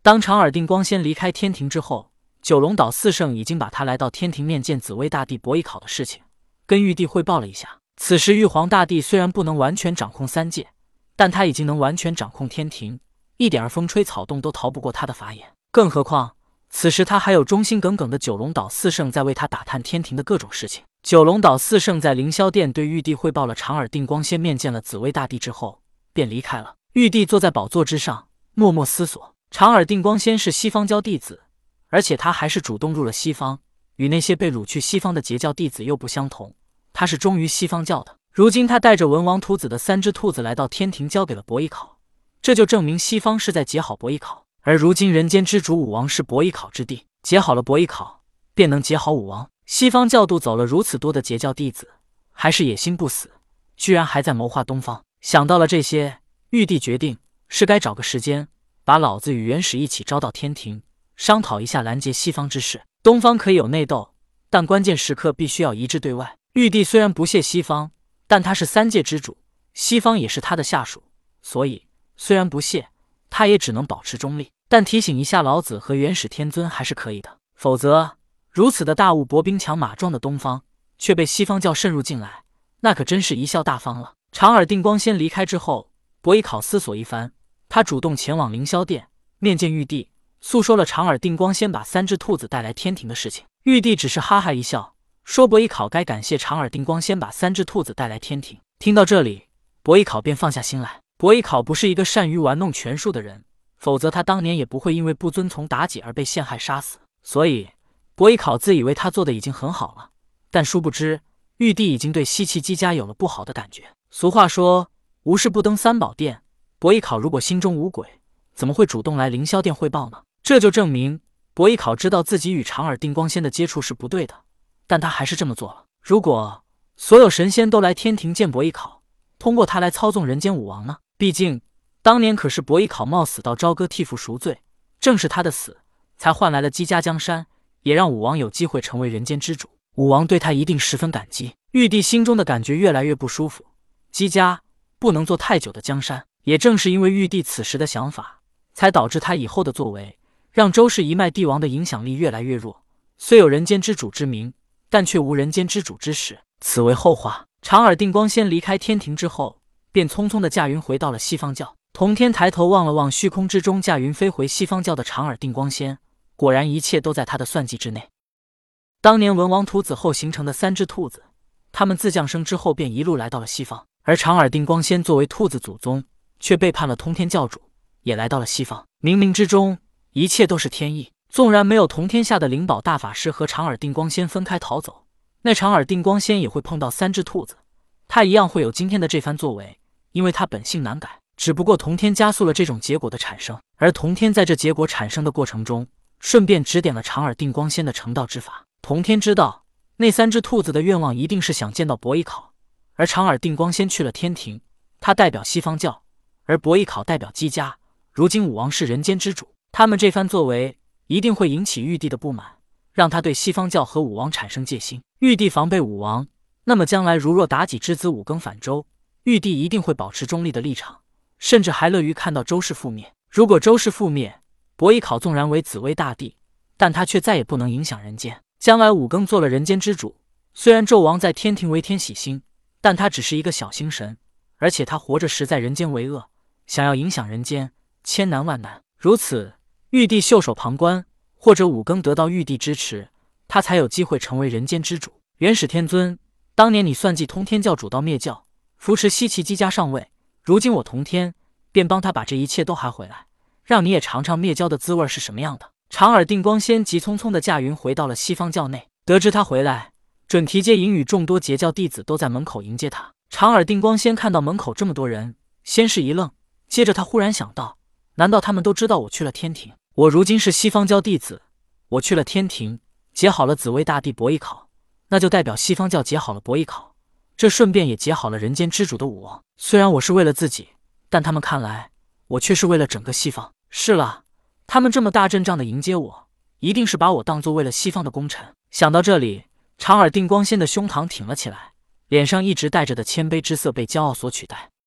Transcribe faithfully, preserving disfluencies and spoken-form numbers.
当长耳定光仙离开天庭之后，九龙岛四圣已经把他来到天庭面见紫薇大帝伯邑考的事情跟玉帝汇报了一下。此时玉皇大帝虽然不能完全掌控三界，但他已经能完全掌控天庭，一点儿风吹草动都逃不过他的法眼。更何况此时他还有忠心耿耿的九龙岛四圣在为他打探天庭的各种事情。九龙岛四圣在凌霄殿对玉帝汇报了长耳定光仙面见了紫薇大帝之后便离开了。玉帝坐在宝座之上默默思索，长耳定光仙是西方教弟子，而且他还是主动入了西方，与那些被掳去西方的截教弟子又不相同，他是忠于西方教的。如今他带着文王屠子的三只兔子来到天庭，交给了伯邑考，这就证明西方是在结好伯邑考。而如今人间之主武王是伯邑考之地，结好了伯邑考，便能结好武王。西方教度走了如此多的截教弟子，还是野心不死，居然还在谋划东方。想到了这些，玉帝决定是该找个时间把老子与元始一起招到天庭，商讨一下拦截西方之事。东方可以有内斗，但关键时刻必须要一致对外。玉帝虽然不屑西方，但他是三界之主，西方也是他的下属，所以虽然不屑，他也只能保持中立。但提醒一下老子和元始天尊还是可以的，否则如此的大物博兵强马壮的东方却被西方教渗入进来，那可真是贻笑大方了。长耳定光仙离开之后，伯邑考思索一番，他主动前往凌霄殿面见玉帝，诉说了长耳定光仙把三只兔子带来天庭的事情。玉帝只是哈哈一笑，说伯邑考该感谢长耳定光仙把三只兔子带来天庭。听到这里，伯邑考便放下心来。伯邑考不是一个善于玩弄权术的人，否则他当年也不会因为不遵从妲己而被陷害杀死。所以伯邑考自以为他做的已经很好了，但殊不知玉帝已经对西岐姬家有了不好的感觉。俗话说无事不登三宝殿，伯邑考如果心中无鬼，怎么会主动来凌霄殿汇报呢？这就证明伯邑考知道自己与长耳定光仙的接触是不对的，但他还是这么做了。如果所有神仙都来天庭见伯邑考，通过他来操纵人间武王呢？毕竟当年可是伯邑考冒死到朝歌替父赎罪，正是他的死才换来了姬家江山，也让武王有机会成为人间之主。武王对他一定十分感激。玉帝心中的感觉越来越不舒服，姬家不能做太久的江山。也正是因为玉帝此时的想法，才导致他以后的作为让周氏一脉帝王的影响力越来越弱。虽有人间之主之名，但却无人间之主之实，此为后话。长耳定光仙离开天庭之后，便匆匆地驾云回到了西方教。同天抬头望了望虚空之中驾云飞回西方教的长耳定光仙，果然一切都在他的算计之内。当年文王屠子后形成的三只兔子，他们自降生之后便一路来到了西方，而长耳定光仙作为兔子祖宗，却背叛了通天教主，也来到了西方。冥冥之中一切都是天意，纵然没有同天下的灵宝大法师和长耳定光仙分开逃走，那长耳定光仙也会碰到三只兔子，他一样会有今天的这番作为，因为他本性难改，只不过同天加速了这种结果的产生，而同天在这结果产生的过程中，顺便指点了长耳定光仙的成道之法。同天知道那三只兔子的愿望一定是想见到伯邑考，而长耳定光仙去了天庭，他代表西方教，而伯邑考代表姬家。如今武王是人间之主，他们这番作为一定会引起玉帝的不满，让他对西方教和武王产生戒心。玉帝防备武王，那么将来如若妲己之子武庚反周，玉帝一定会保持中立的立场，甚至还乐于看到周氏覆灭。如果周氏覆灭，伯邑考纵然为紫薇大帝，但他却再也不能影响人间。将来武庚做了人间之主，虽然纣王在天庭为天喜星，但他只是一个小星神，而且他活着时在人间为恶，想要影响人间千难万难。如此玉帝袖手旁观，或者武庚得到玉帝支持，他才有机会成为人间之主。元始天尊，当年你算计通天教主到灭教，扶持西岐姬家上位，如今我同天便帮他把这一切都还回来，让你也尝尝灭教的滋味是什么样的。长耳定光仙急匆匆地驾云回到了西方教内，得知他回来，准提阶隐与众多截教弟子都在门口迎接他。长耳定光仙看到门口这么多人，先是一愣，接着他忽然想到，难道他们都知道我去了天庭？我如今是西方教弟子，我去了天庭，结好了紫薇大帝伯邑考，那就代表西方教结好了伯邑考，这顺便也结好了人间之主的武王。虽然我是为了自己，但他们看来我却是为了整个西方。是了，他们这么大阵仗的迎接我，一定是把我当作为了西方的功臣。想到这里，长耳定光仙的胸膛挺了起来，脸上一直带着的谦卑之色被骄傲所取代。